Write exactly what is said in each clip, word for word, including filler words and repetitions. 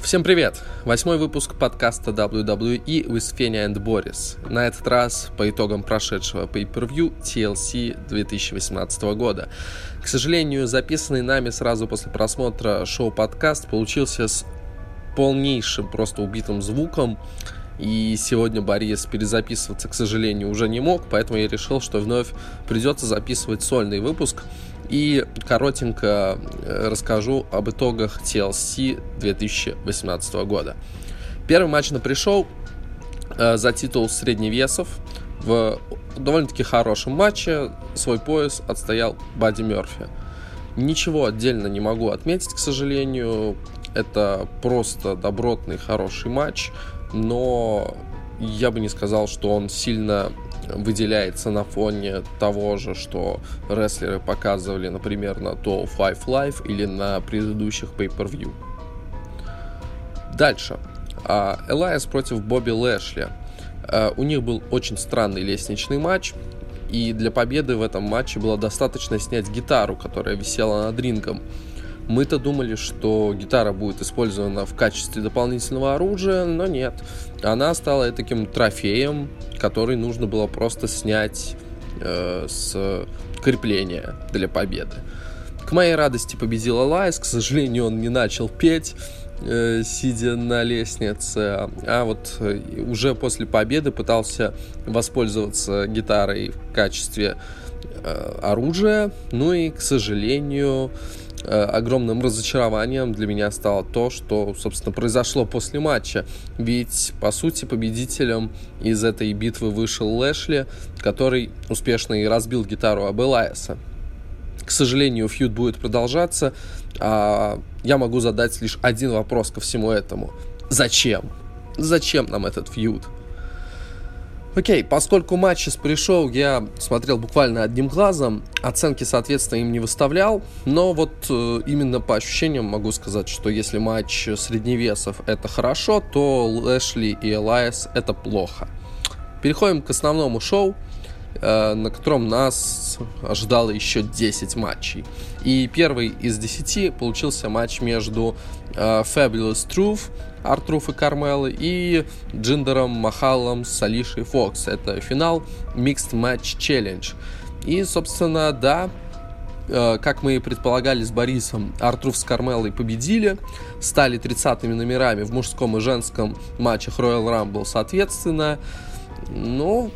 Всем привет! Восьмой выпуск подкаста дабл ю дабл ю и with Fenia and Boris. На этот раз по итогам прошедшего pay-per-view ти эл си две тысячи восемнадцатого года. К сожалению, записанный нами сразу после просмотра шоу-подкаст получился с полнейшим просто убитым звуком. И сегодня Борис перезаписываться, к сожалению, уже не мог, поэтому я решил, что вновь придется записывать сольный выпуск. И коротенько расскажу об итогах ти эл си две тысячи восемнадцатого года. Первый матч на пришел э, за титул средневесов. В довольно-таки хорошем матче свой пояс отстоял Бадди Мерфи. Ничего отдельно не могу отметить, к сожалению. Это просто добротный, хороший матч. Но я бы не сказал, что он сильно выделяется на фоне того же, что рестлеры показывали, например, на двести пять Live или на предыдущих pay-per-view. Дальше. Элайас против Бобби Лэшли. У них был очень странный лестничный матч, и для победы в этом матче было достаточно снять гитару, которая висела над рингом. Мы-то думали, что гитара будет использована в качестве дополнительного оружия, но нет. Она стала таким трофеем, который нужно было просто снять э, с крепления для победы. К моей радости победил Элайас. К сожалению, он не начал петь, э, сидя на лестнице, а вот э, уже после победы пытался воспользоваться гитарой в качестве э, оружия. Ну и, к сожалению, огромным разочарованием для меня стало то, что, собственно, произошло после матча. Ведь, по сути, победителем из этой битвы вышел Лэшли, который успешно и разбил гитару об Элайаса. К сожалению, фьюд будет продолжаться, а я могу задать лишь один вопрос ко всему этому. Зачем? Зачем нам этот фьюд? Окей, поскольку матч с пришел, я смотрел буквально одним глазом, оценки, соответственно, им не выставлял, но вот э, именно по ощущениям могу сказать, что если матч средневесов это хорошо, то Лэшли и Элайас это плохо. Переходим к основному шоу, э, на котором нас ожидало еще десять матчей. И первый из десяти получился матч между э, Fabulous Truth, Артруф и Кармелы, и Джиндером Махалом с Алишей Фокс. Это финал Mixed Match Challenge. И, собственно, да, э, как мы и предполагали с Борисом, Артруф с Кармелой победили, стали тридцатыми номерами в мужском и женском матчах Royal Rumble соответственно. Ну,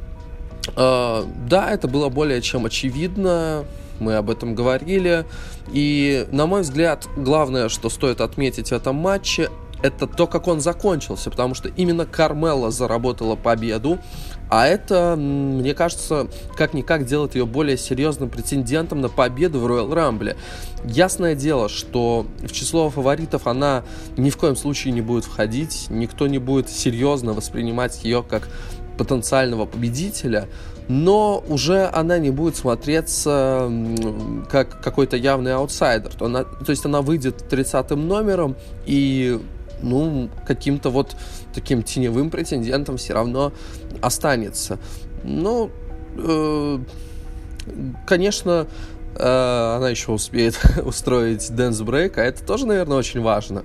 э, да, это было более чем очевидно. Мы об этом говорили. И, на мой взгляд, главное, что стоит отметить в этом матче, это то, как он закончился, потому что именно Кармела заработала победу, а это, мне кажется, как-никак делает ее более серьезным претендентом на победу в Royal Rumble. Ясное дело, что в число фаворитов она ни в коем случае не будет входить, никто не будет серьезно воспринимать ее как потенциального победителя, но уже она не будет смотреться как какой-то явный аутсайдер. То, она, то есть она выйдет тридцатым номером и ну, каким-то вот таким теневым претендентом все равно останется. Ну, э, конечно, э, она еще успеет устроить дэнс-брейк, а это тоже, наверное, очень важно.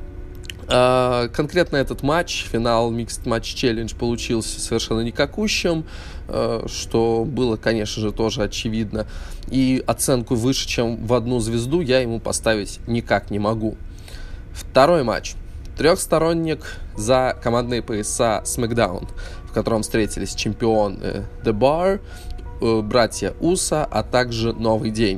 Uh, конкретно этот матч, финал Mixed Match Challenge, получился совершенно никакущим, uh, что было, конечно же, тоже очевидно. И оценку выше, чем в одну звезду, я ему поставить никак не могу. Второй матч. Трехсторонник за командные пояса SmackDown, в котором встретились чемпионы The Bar, uh, братья Уса, а также Новый День.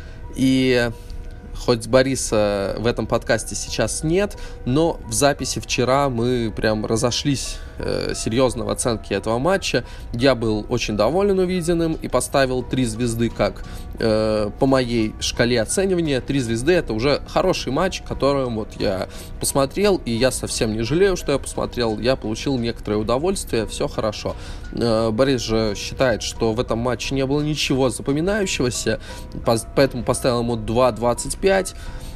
И хоть Бориса в этом подкасте сейчас нет, но в записи вчера мы прям разошлись э, серьезно в оценке этого матча. Я был очень доволен увиденным и поставил три звезды как э, по моей шкале оценивания. Три звезды — это уже хороший матч, которым вот я посмотрел, и я совсем не жалею, что я посмотрел. Я получил некоторое удовольствие, все хорошо. Э, Борис же считает, что в этом матче не было ничего запоминающегося, поэтому поставил ему два двадцать пять.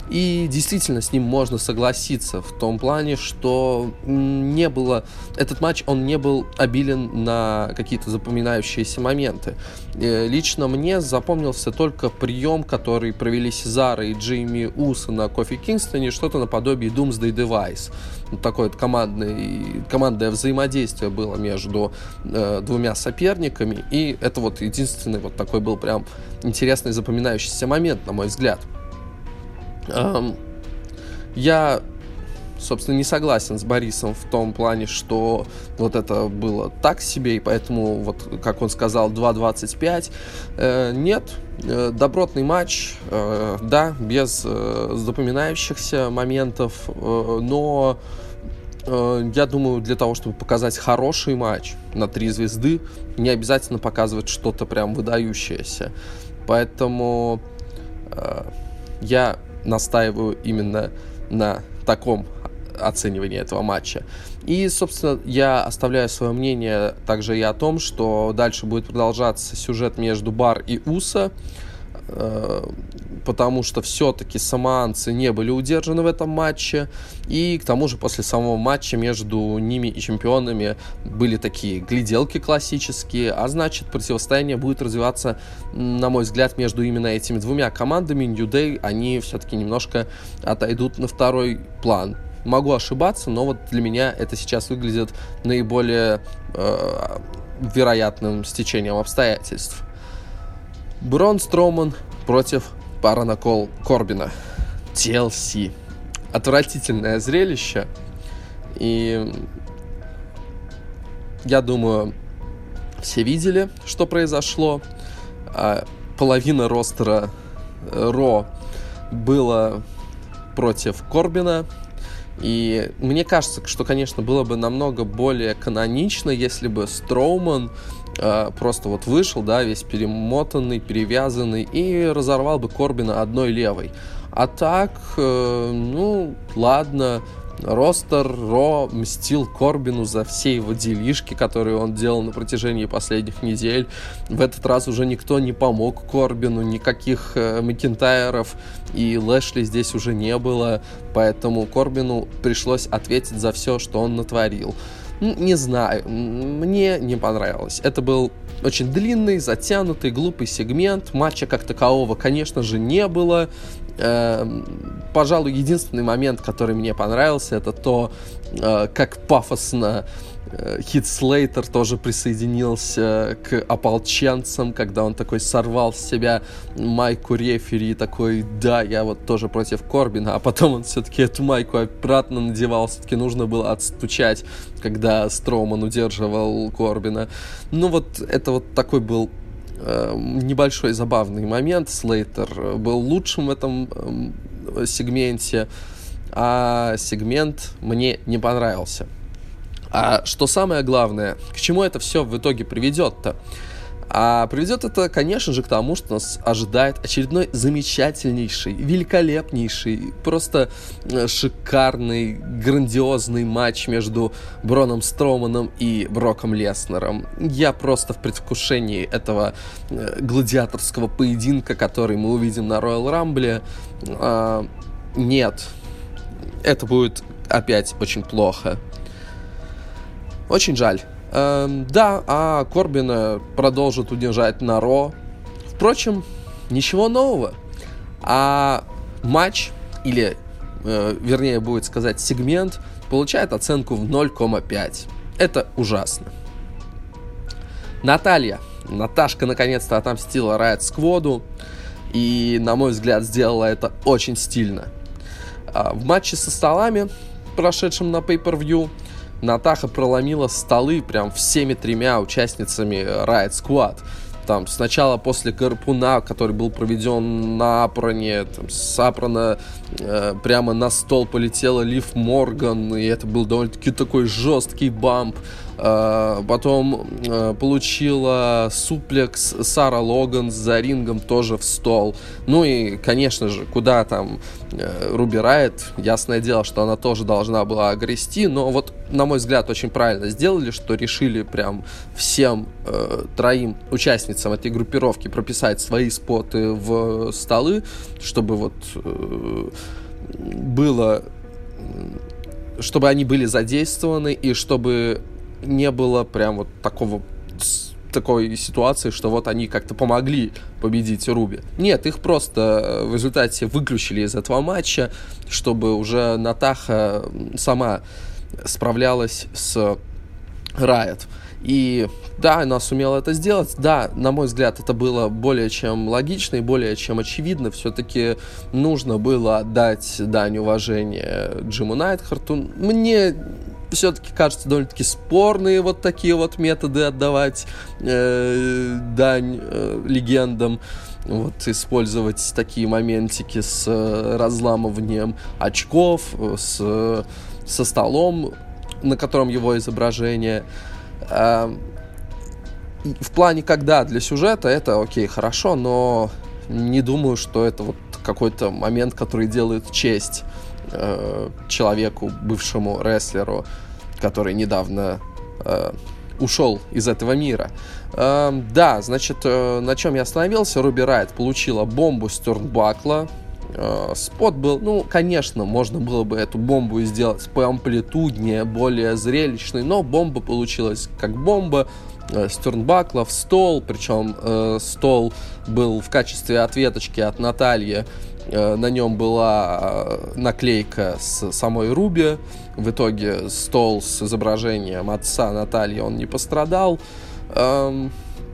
И действительно с ним можно согласиться в том плане, что не было... Этот матч, он не был обилен на какие-то запоминающиеся моменты. Лично мне запомнился только прием, который провели Сезаро и Джейми Усо на Кофи Кингстоне, что-то наподобие Doomsday Device. Вот такое вот командное, командное взаимодействие было между э, двумя соперниками, и это вот единственный вот такой был прям интересный запоминающийся момент, на мой взгляд. Эм, я, собственно, не согласен с Борисом в том плане, что вот это было так себе, и поэтому, вот, как он сказал, два двадцать пять. Э, нет, э, добротный матч, э, да, без э, запоминающихся моментов, э, но э, я думаю, для того, чтобы показать хороший матч на три звезды, не обязательно показывать что-то прям выдающееся. Поэтому э, я настаиваю именно на таком оценивании этого матча. И, собственно, я оставляю свое мнение также и о том, что дальше будет продолжаться сюжет между Бар и Усо, э, потому что все-таки самоанцы не были удержаны в этом матче, и к тому же после самого матча между ними и чемпионами были такие гляделки классические, а значит противостояние будет развиваться, на мой взгляд, между именно этими двумя командами. New Day, они все-таки немножко отойдут на второй план. Могу ошибаться, но вот для меня это сейчас выглядит наиболее э, вероятным стечением обстоятельств. Брон Строуман против Барона Кол- Корбина. ти эл си. Отвратительное зрелище. И я думаю, все видели, что произошло. Половина ростера Ро было против Корбина. И мне кажется, что, конечно, было бы намного более канонично, если бы Строуман э, просто вот вышел, да, весь перемотанный, перевязанный, и разорвал бы Корбина одной левой. А так, э, ну, ладно, ростер Ро мстил Корбину за все его делишки, которые он делал на протяжении последних недель. В этот раз уже никто не помог Корбину, никаких э, Макинтайров и Лэшли здесь уже не было, поэтому Корбину пришлось ответить за все, что он натворил. Не знаю, мне не понравилось. Это был очень длинный, затянутый, глупый сегмент. Матча как такового, конечно же, не было. Пожалуй, единственный момент, который мне понравился, это то, как пафосно Хит Слейтер тоже присоединился к ополченцам, когда он такой сорвал с себя майку рефери и такой: да, я вот тоже против Корбина, а потом он все-таки эту майку обратно надевал, все-таки нужно было отстучать, когда Строуман удерживал Корбина. Ну вот это вот такой был э, небольшой забавный момент. Слейтер был лучшим в этом э, сегменте, а сегмент мне не понравился. А что самое главное, к чему это все в итоге приведет-то? А приведет это, конечно же, к тому, что нас ожидает очередной замечательнейший, великолепнейший, просто шикарный, грандиозный матч между Броном Строуманом и Броком Леснером. Я просто в предвкушении этого гладиаторского поединка, который мы увидим на Royal Rumble. А, нет, это будет опять очень плохо. Очень жаль. Эм, да, а Корбина продолжит удержать на Ро. Впрочем, ничего нового. А матч, или, э, вернее, будет сказать, сегмент, получает оценку в ноль целых пять. Это ужасно. Наталья. Наташка наконец-то отомстила Riot Squad'у. И, на мой взгляд, сделала это очень стильно. А в матче со столами, прошедшем на Pay-Per-View, Натаха проломила столы прям всеми тремя участницами Riot Squad. Там сначала после гарпуна, который был проведен на апроне, там, с апрона э, прямо на стол полетела Лив Морган, и это был довольно-таки такой жесткий бамп. Потом получила суплекс Сара Логан за рингом тоже в стол. Ну и, конечно же, куда там Руби Райт, ясное дело, что она тоже должна была огрести, но вот, на мой взгляд, очень правильно сделали, что решили прям всем э, троим участницам этой группировки прописать свои споты в столы, чтобы вот э, было, чтобы они были задействованы и чтобы не было прям вот такого такой ситуации, что вот они как-то помогли победить Руби. Нет, их просто в результате выключили из этого матча, чтобы уже Натаха сама справлялась с Райот. И да, она сумела это сделать. Да, на мой взгляд, это было более чем логично и более чем очевидно. Все-таки нужно было отдать дань уважения Джиму Найтхарту. Мне все-таки кажется довольно-таки спорные вот такие вот методы отдавать э, дань э, легендам. Вот, использовать такие моментики с э, разламыванием очков, с, со столом, на котором его изображение. Э, в плане, когда для сюжета это окей, хорошо, но не думаю, что это вот какой-то момент, который делает честь э, человеку, бывшему рестлеру, который недавно э, ушел из этого мира. Э, да, значит, э, на чем я остановился? Руби Райот получила бомбу с тёрнбакла. Э, спот был, ну, конечно, можно было бы эту бомбу сделать поамплитуднее, более зрелищной, но бомба получилась как бомба э, с тёрнбакла в стол, причем э, стол был в качестве ответочки от Натальи. На нем была наклейка с самой Руби. В итоге стол с изображением отца Натальи, он не пострадал. Эм,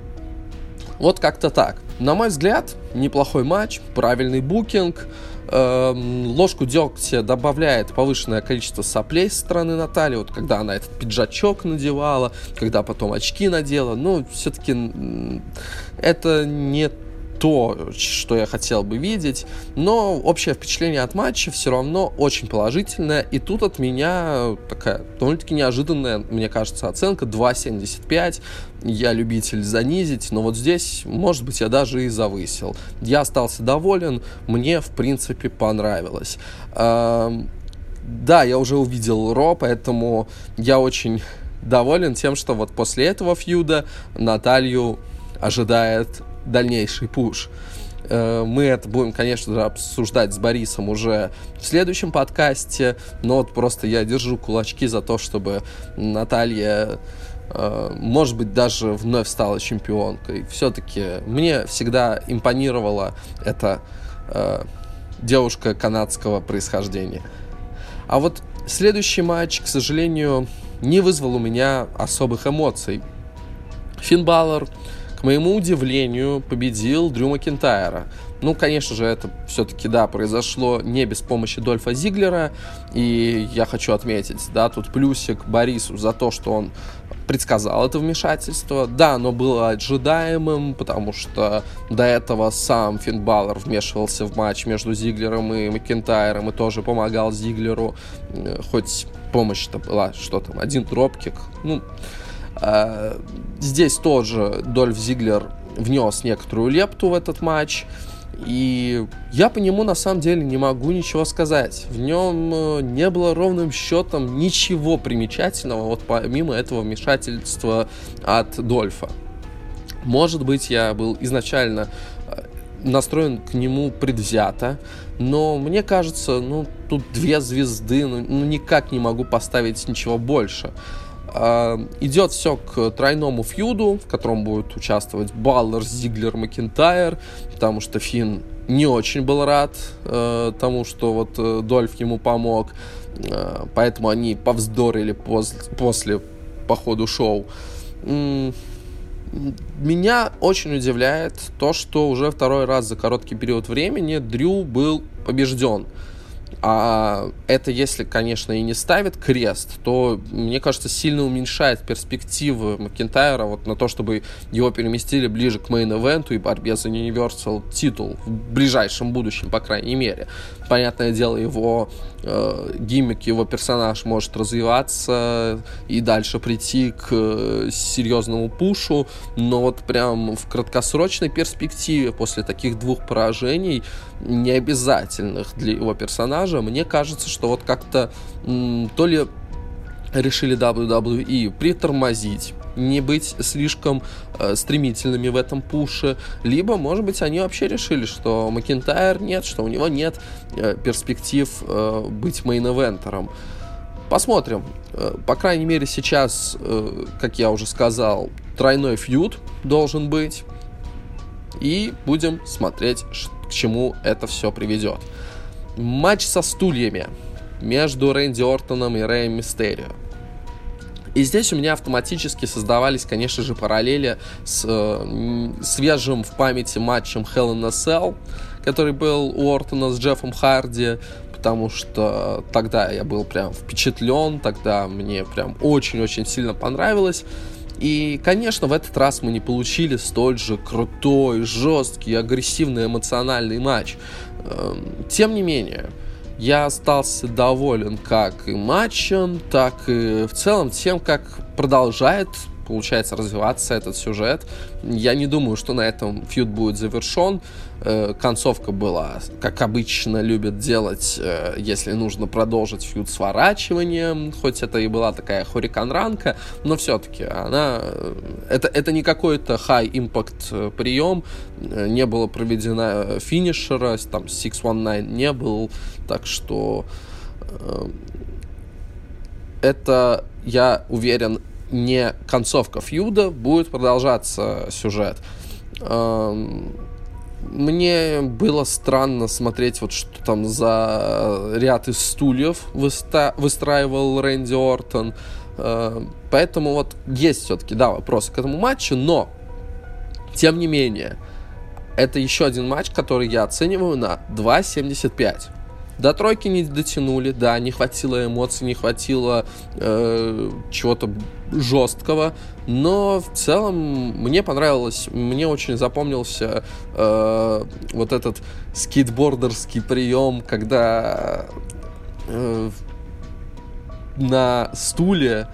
вот как-то так. На мой взгляд, неплохой матч, правильный букинг. Эм, ложку дегтя добавляет повышенное количество соплей со стороны Натальи. Вот когда она этот пиджачок надевала, когда потом очки надела. Ну, все-таки это не то, что я хотел бы видеть, но общее впечатление от матча все равно очень положительное, и тут от меня такая довольно-таки неожиданная, мне кажется, оценка два семьдесят пять. Я любитель занизить, но вот здесь, может быть, я даже и завысил. Я остался доволен, мне, в принципе, понравилось. Да, я уже увидел Ро, поэтому я очень доволен тем, что вот после этого фьюда Наталью ожидает дальнейший пуш. Мы это будем, конечно же, обсуждать с Борисом уже в следующем подкасте, но вот просто я держу кулачки за то, чтобы Наталья, может быть, даже вновь стала чемпионкой. Все-таки мне всегда импонировала эта девушка канадского происхождения. А вот следующий матч, к сожалению, не вызвал у меня особых эмоций. Финн Балор, к моему удивлению, победил Дрю Макинтайра. Ну, конечно же, это все-таки, да, произошло не без помощи Дольфа Зиглера. И я хочу отметить, да, тут плюсик Борису за то, что он предсказал это вмешательство. Да, оно было ожидаемым, потому что до этого сам Финн Балор вмешивался в матч между Зиглером и Макинтайром и тоже помогал Зиглеру. Хоть помощь-то была, что там, один дропкик. Ну, здесь тоже Дольф Зиглер внес некоторую лепту в этот матч, и я по нему на самом деле не могу ничего сказать. В нем не было ровным счетом ничего примечательного, вот помимо этого вмешательства от Дольфа. Может быть, я был изначально настроен к нему предвзято, но мне кажется, ну, тут две звезды, ну, никак не могу поставить ничего больше. Идет все к тройному фьюду, в котором будет участвовать Баллер, Зиглер, Макинтайр, потому что Финн не очень был рад э, тому, что вот э, Дольф ему помог, э, поэтому они повздорили пос- после по ходу шоу. М- меня очень удивляет то, что уже второй раз за короткий период времени Дрю был побежден. А это, если, конечно, и не ставит крест, то, мне кажется, сильно уменьшает перспективы Макинтайра вот на то, чтобы его переместили ближе к мейн-эвенту и борьбе за Universal титул в ближайшем будущем, по крайней мере. Понятное дело, его э, гиммик, его персонаж может развиваться и дальше прийти к э, серьезному пушу, но вот прям в краткосрочной перспективе после таких двух поражений, необязательных для его персонажа, мне кажется, что вот как-то м, то ли решили дабл ю дабл ю и притормозить, не быть слишком э, стремительными в этом пуше, либо, может быть, они вообще решили, что Макинтайр нет, что у него нет э, перспектив э, быть мейн-эвентером. Посмотрим. Э, по крайней мере, сейчас, э, как я уже сказал, тройной фьюд должен быть, и будем смотреть, к чему это все приведет. Матч со стульями между Рэнди Ортоном и Рэем Мистерио. И здесь у меня автоматически создавались, конечно же, параллели с э, свежим в памяти матчем Hell in a Cell, который был у Ортона с Джеффом Харди, потому что тогда я был прям впечатлен, тогда мне прям очень-очень сильно понравилось. И, конечно, в этот раз мы не получили столь же крутой, жесткий, агрессивный, эмоциональный матч. Тем не менее, я остался доволен как и матчем, так и в целом тем, как продолжает, получается, развиваться этот сюжет. Я не думаю, что на этом фьюд будет завершен. Концовка была, как обычно любят делать, если нужно продолжить фьюд сворачиванием, хоть это и была такая хорикан-ранка, но все-таки она, это, это не какой-то high-impact прием, не было проведено финишера, там шесть девятнадцать не был, так что это, я уверен, не концовка фьюда, будет продолжаться сюжет. Мне было странно смотреть, вот что там за ряд из стульев выста- выстраивал Рэнди Ортон. Поэтому вот есть все-таки, да, вопросы к этому матчу, но, тем не менее, это еще один матч, который я оцениваю на два семьдесят пять. До тройки не дотянули, да, не хватило эмоций, не хватило э, чего-то жесткого, но в целом мне понравилось, мне очень запомнился э, вот этот скейтбордерский прием, когда э, на стуле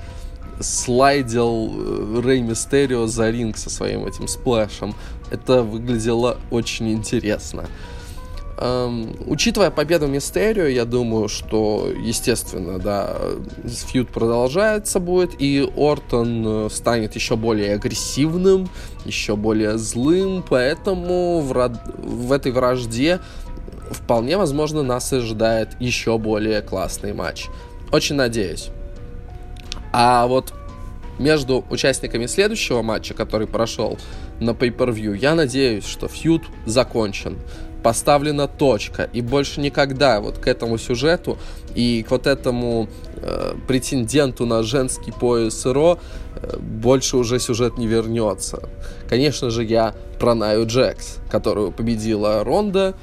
слайдил Рэй Мистерио за ринг со своим этим сплэшем. Это выглядело очень интересно. Um, учитывая победу Мистерио, я думаю, что, естественно, да, фьюд продолжается будет, и Ортон станет еще более агрессивным, еще более злым, поэтому в, род... в этой вражде вполне возможно нас ожидает еще более классный матч. Очень надеюсь. А вот между участниками следующего матча, который прошел на pay-per-view, я надеюсь, что фьюд закончен, поставлена точка, и больше никогда вот к этому сюжету и к вот этому э, претенденту на женский пояс Ро э, больше уже сюжет не вернется. Конечно же, я про Наю Джекс, которую победила Ронда,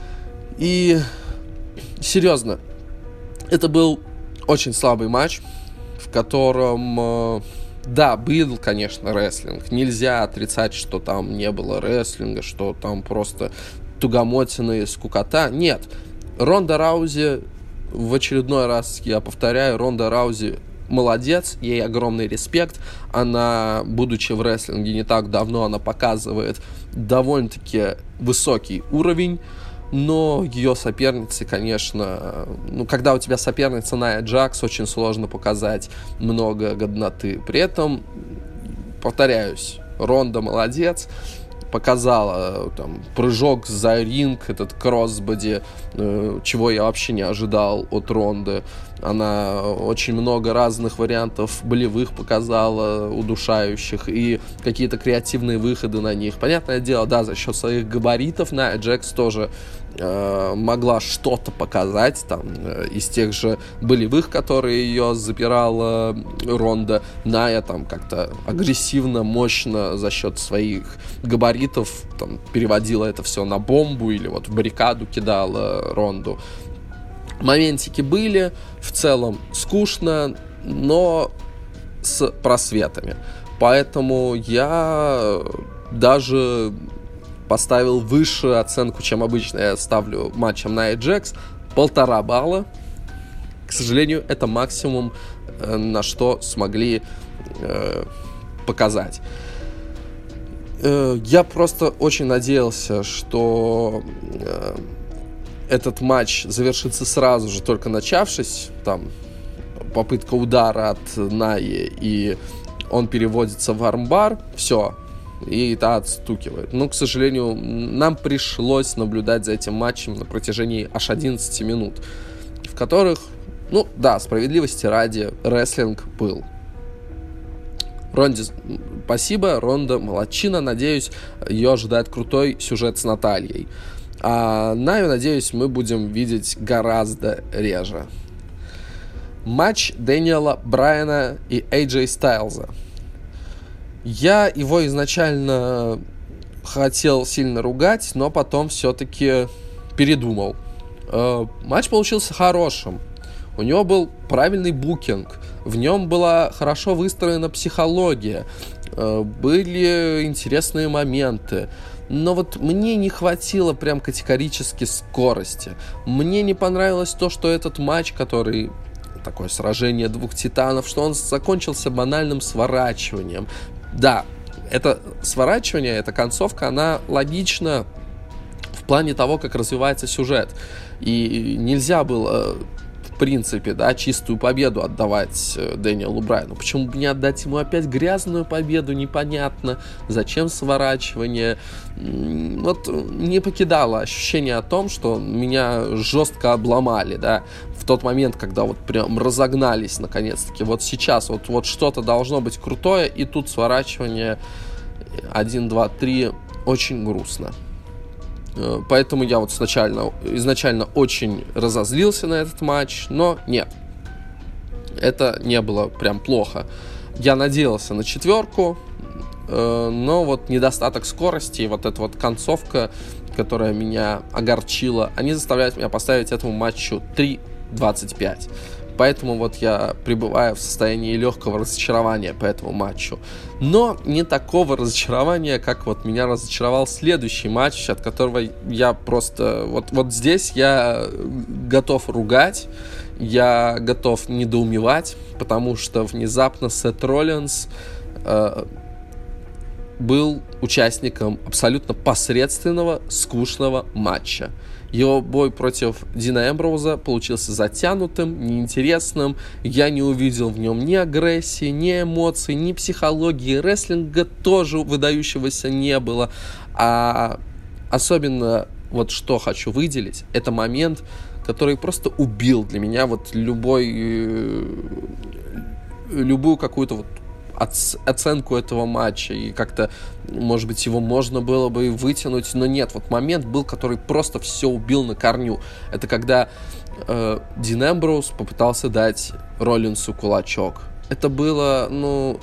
и серьезно, это был очень слабый матч, в котором э, да, был, конечно, рестлинг, нельзя отрицать, что там не было рестлинга, что там просто тугомотина и скукота. Нет, Ронда Раузи, в очередной раз я повторяю, Ронда Раузи молодец, ей огромный респект. Она, будучи в рестлинге не так давно, она показывает довольно-таки высокий уровень, но ее соперницы, конечно, ну, когда у тебя соперница Ная Джакс, очень сложно показать много годноты. При этом, повторяюсь, Ронда молодец, показала там прыжок за ринг, этот кроссбоди, э, чего я вообще не ожидал от Ронды. Она очень много разных вариантов болевых показала, удушающих, и какие-то креативные выходы на них. Понятное дело, да, за счет своих габаритов Ная Джекс тоже э, могла что-то показать там э, из тех же болевых, которые ее запирала Ронда. Ная там как-то агрессивно, мощно за счет своих габаритов там переводила это все на бомбу или вот в баррикаду кидала Ронду. Моментики были, в целом скучно, но с просветами. Поэтому я даже поставил высшую оценку, чем обычно я ставлю матчам Nia Jax, полтора балла. К сожалению, это максимум, на что смогли э, показать. Э, я просто очень надеялся, что э, этот матч завершится сразу же, только начавшись. Там попытка удара от Наи, и он переводится в армбар. Все. И та отстукивает. Но, к сожалению, нам пришлось наблюдать за этим матчем на протяжении аж одиннадцати минут, в которых, ну да, справедливости ради, рестлинг был. Ронде спасибо, Ронда молодчина. Надеюсь, ее ожидает крутой сюжет с Натальей. А Наю, надеюсь, мы будем видеть гораздо реже. Матч Дэниела Брайана и эй джей Стайлза. Я его изначально хотел сильно ругать, но потом все-таки передумал. Э, матч получился хорошим. У него был правильный букинг. В нем была хорошо выстроена психология. Э, были интересные моменты. Но вот мне не хватило прям категорически скорости. Мне не понравилось то, что этот матч, который... такое сражение двух титанов, что он закончился банальным сворачиванием. Да, это сворачивание, эта концовка, она логична в плане того, как развивается сюжет. И нельзя было, в принципе, да, чистую победу отдавать Дэниелу Брайану. Почему бы не отдать ему опять грязную победу, непонятно. Зачем сворачивание? Вот не покидало ощущение о том, что меня жестко обломали, да, в тот момент, когда вот прям разогнались наконец-таки. Вот сейчас вот, вот что-то должно быть крутое, и тут сворачивание один, два, три очень грустно. Поэтому я вот сначала, изначально очень разозлился на этот матч, но нет, это не было прям плохо. Я надеялся на четверку, но вот недостаток скорости и вот эта вот концовка, которая меня огорчила, они заставляют меня поставить этому матчу три двадцать пять. Поэтому вот я пребываю в состоянии легкого разочарования по этому матчу. Но не такого разочарования, как вот меня разочаровал следующий матч, от которого я просто... Вот, вот здесь я готов ругать, я готов недоумевать, потому что внезапно Сет Роллинс э, был участником абсолютно посредственного, скучного матча. Его бой против Дина Эмброуза получился затянутым, неинтересным. Я не увидел в нем ни агрессии, ни эмоций, ни психологии. Рестлинга тоже выдающегося не было. А особенно вот что хочу выделить, это момент, который просто убил для меня вот любой, любую какую-то вот оценку этого матча, и как-то, может быть, его можно было бы вытянуть, но нет, вот момент был, который просто все убил на корню. Это когда э, Дин Эмброуз попытался дать Роллинсу кулачок. Это было, ну,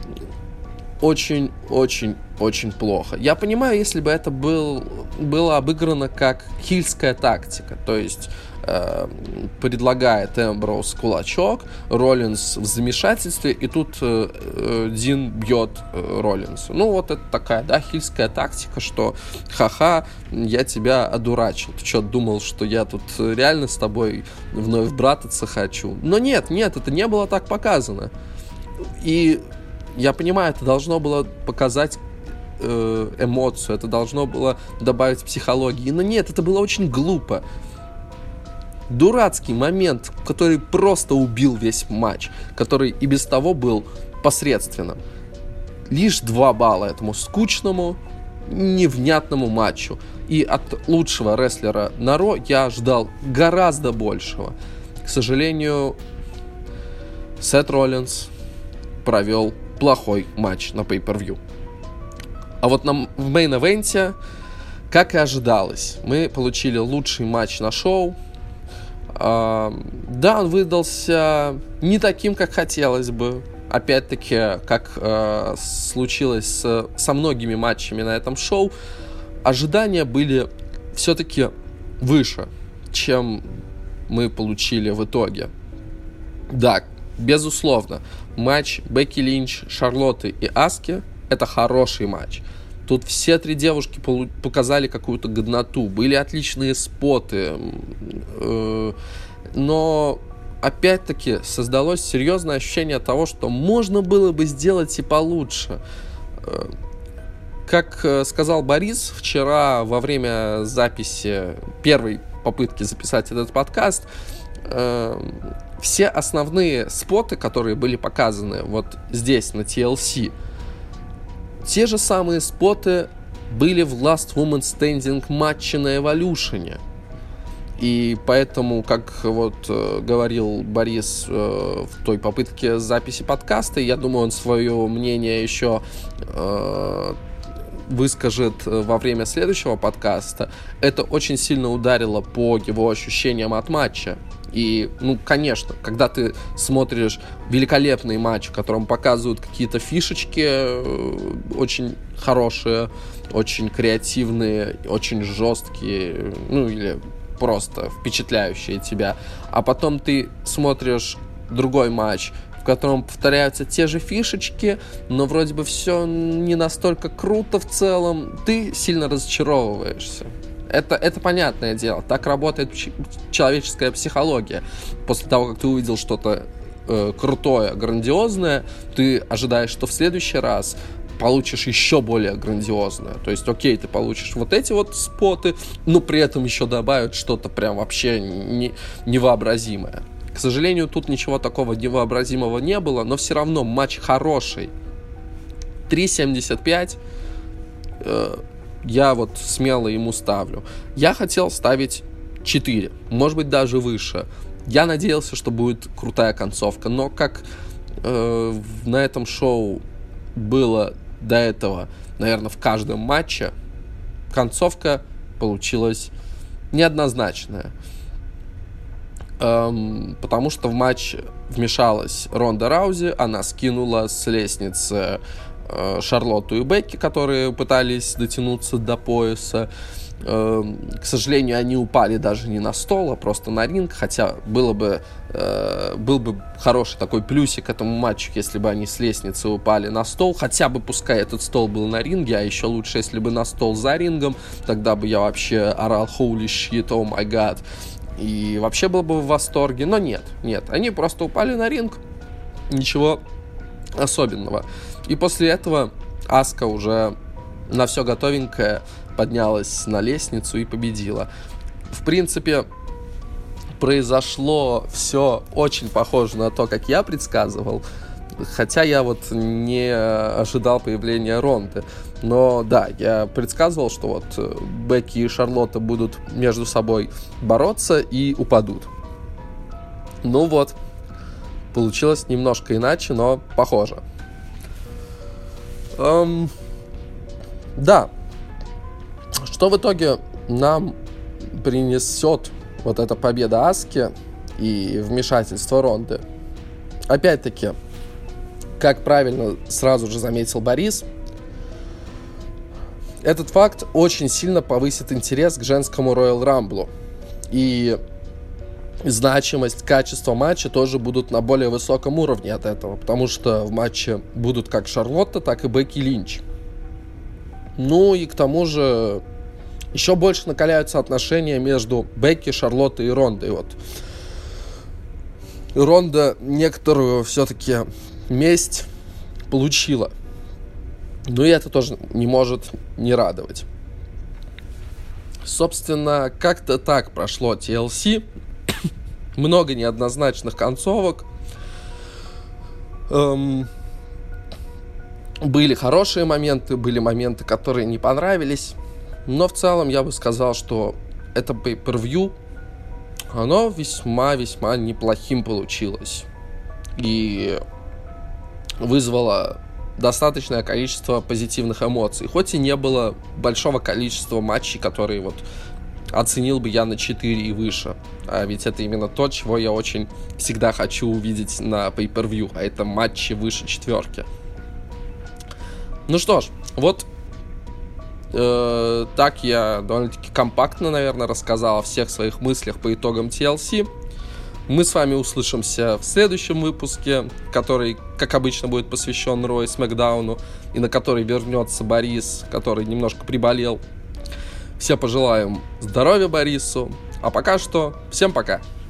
очень-очень-очень плохо. Я понимаю, если бы это был, было обыграно как хильская тактика, то есть э, предлагает Эмброуз кулачок, Роллинс в замешательстве, и тут э, э, Дин бьет э, Роллинсу. Ну, вот это такая, да, хильская тактика, что ха-ха, я тебя одурачил. Ты что, думал, что я тут реально с тобой вновь брататься хочу? Но нет, нет, это не было так показано. И я понимаю, это должно было показать э, эмоцию, это должно было добавить психологии. Но нет, это было очень глупо. Дурацкий момент, который просто убил весь матч, который и без того был посредственным. Лишь два балла этому скучному, невнятному матчу. И от лучшего рестлера на Ро я ждал гораздо большего. К сожалению, Сет Роллинс провел плохой матч на pay-per-view. А вот на, в мейн-эвенте, как и ожидалось, мы получили лучший матч на шоу. А, да, он выдался не таким, как хотелось бы. Опять-таки, как а, случилось с, со многими матчами на этом шоу, ожидания были все-таки выше, чем мы получили в итоге. Да, безусловно, матч Бекки Линч, Шарлотты и Аски — это хороший матч. Тут все три девушки показали какую-то годноту, были отличные споты, но опять-таки создалось серьезное ощущение того, что можно было бы сделать и получше. Как сказал Борис вчера во время записи, первой попытки записать этот подкаст, все основные споты, которые были показаны вот здесь, на ти эл си, те же самые споты были в Last Woman Standing матче на Evolution. И поэтому, как вот э, говорил Борис э, в той попытке записи подкаста, я думаю, он свое мнение еще э, выскажет во время следующего подкаста, это очень сильно ударило по его ощущениям от матча. И, ну, конечно, когда ты смотришь великолепный матч, в котором показывают какие-то фишечки очень хорошие, очень креативные, очень жесткие, ну, или просто впечатляющие тебя, а потом ты смотришь другой матч, в котором повторяются те же фишечки, но вроде бы все не настолько круто в целом, ты сильно разочаровываешься. Это, это понятное дело. Так работает человеческая психология. После того, как ты увидел что-то э, крутое, грандиозное, ты ожидаешь, что в следующий раз получишь еще более грандиозное. То есть, окей, ты получишь вот эти вот споты, но при этом еще добавят что-то прям вообще не, невообразимое. К сожалению, тут ничего такого невообразимого не было, но все равно матч хороший. три семьдесят пять э, я вот смело ему ставлю. Я хотел ставить четыре, может быть, даже выше. Я надеялся, что будет крутая концовка, но как э, на этом шоу было до этого, наверное, в каждом матче, концовка получилась неоднозначная. Эм, потому что в матч вмешалась Ронда Раузи, она скинула с лестницы э, Шарлотту и Бекки, которые пытались дотянуться до пояса. Э, к сожалению, они упали даже не на стол, а просто на ринг, хотя было бы, э, был бы хороший такой плюсик к этому матчу, если бы они с лестницы упали на стол, хотя бы пускай этот стол был на ринге, а еще лучше, если бы на стол за рингом, тогда бы я вообще орал holy shit, oh my god, и вообще был бы в восторге, но нет, нет, они просто упали на ринг, ничего особенного. И после этого Аска уже на все готовенькое поднялась на лестницу и победила. В принципе, произошло все очень похоже на то, как я предсказывал, хотя я вот не ожидал появления Ронды. Но да, я предсказывал, что вот Бекки и Шарлотта будут между собой бороться и упадут. Ну вот, получилось немножко иначе, но похоже. Эм, да, что в итоге нам принесет вот эта победа Аски и вмешательство Ронды? Опять-таки, как правильно сразу же заметил Борис, этот факт очень сильно повысит интерес к женскому Royal Rumble. И значимость, качество матча тоже будут на более высоком уровне от этого, потому что в матче будут как Шарлотта, так и Бекки Линч. Ну и к тому же еще больше накаляются отношения между Бекки, Шарлоттой и Рондой. Вот. Ронда некоторую все-таки месть получила. Но и это тоже не может не радовать. Собственно, как-то так прошло ти эл си. Много неоднозначных концовок. Эм, были хорошие моменты, были моменты, которые не понравились. Но в целом я бы сказал, что это pay-per-view, оно весьма-весьма неплохим получилось. И вызвало достаточное количество позитивных эмоций. Хоть и не было большого количества матчей, которые вот оценил бы я на четыре и выше. А ведь это именно то, чего я очень всегда хочу увидеть на pay-per-view. А это матчи выше четверки. Ну что ж, вот Э, так я довольно-таки компактно, наверное, рассказал о всех своих мыслях по итогам ти эл си. Мы с вами услышимся в следующем выпуске, который, как обычно, будет посвящен Ро и Смэкдауну, и на который вернется Борис, который немножко приболел. Все пожелаем здоровья Борису. А пока что, всем пока!